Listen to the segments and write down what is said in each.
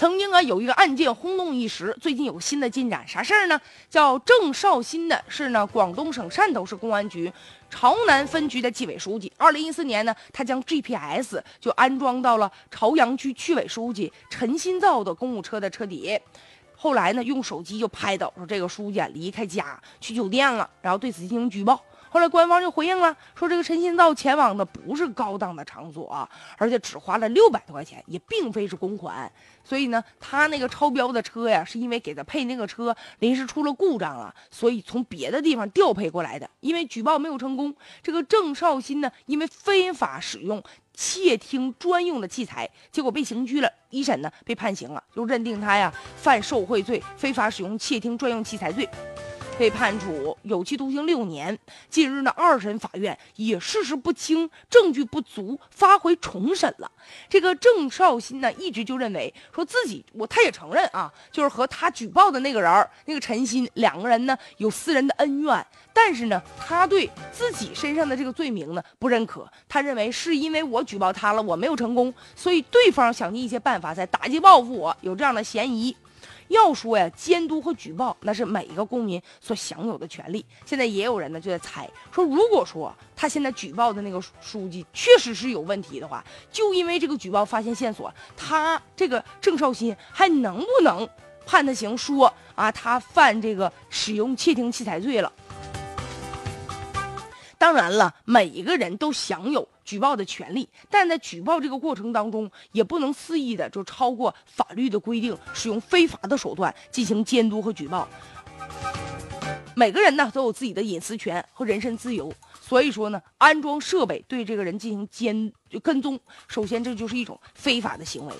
曾经有一个案件轰动一时，最近有新的进展，啥事儿呢？叫郑少新的是呢，广东省汕头市公安局潮南分局的纪委书记。2014年呢，他将 GPS 就安装到了朝阳区区委书记陈新造的公务车的车底。后来呢，用手机就拍到说这个书记离开家去酒店了，然后对此进行举报。后来官方就回应了，说这个陈新造前往的不是高档的场所，而且只花了600多块钱，也并非是公款。所以呢，他那个超标的车呀，是因为给他配那个车临时出了故障了，所以从别的地方调配过来的。因为举报没有成功，这个郑少新呢，因为非法使用窃听专用的器材，结果被刑拘了。一审呢被判刑了，就认定他呀犯受贿罪、非法使用窃听专用器材罪。被判处有期徒刑6年。近日呢，2审法院也事实不清、证据不足，发回重审了。这个郑少新呢，一直就认为说自己，他也承认就是和他举报的那个人那个陈鑫2个人呢有私人的恩怨，但是呢，他对自己身上的这个罪名呢不认可，他认为是因为我举报他了，我没有成功，所以对方想尽一切办法在打击报复我，有这样的嫌疑。要说呀，监督和举报那是每一个公民所享有的权利。现在也有人呢就在猜说，如果说他现在举报的那个书记确实是有问题的话，就因为这个举报发现线索，他这个郑少新还能不能判他刑，说他犯这个使用窃听器材罪了？当然了，每一个人都享有举报的权利，但在举报这个过程当中，也不能肆意的就超过法律的规定，使用非法的手段进行监督和举报。每个人呢都有自己的隐私权和人身自由，所以说呢，安装设备对这个人进行跟踪，首先这就是一种非法的行为。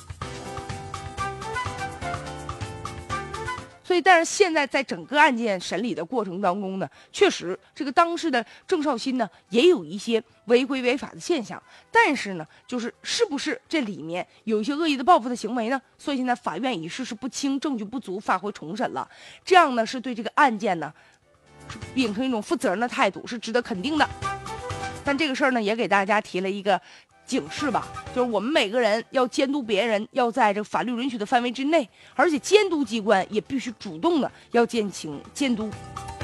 所以，但是现在在整个案件审理的过程当中呢，确实这个当事的郑少新呢也有一些违规违法的现象，但是呢，是不是这里面有一些恶意的报复的行为呢？所以现在法院以事实不清、证据不足发回重审了，这样呢是对这个案件呢秉承一种负责任的态度，是值得肯定的。但这个事儿呢，也给大家提了一个警示吧，就是我们每个人要监督别人，要在这个法律允许的范围之内，而且监督机关也必须主动的要进行监督。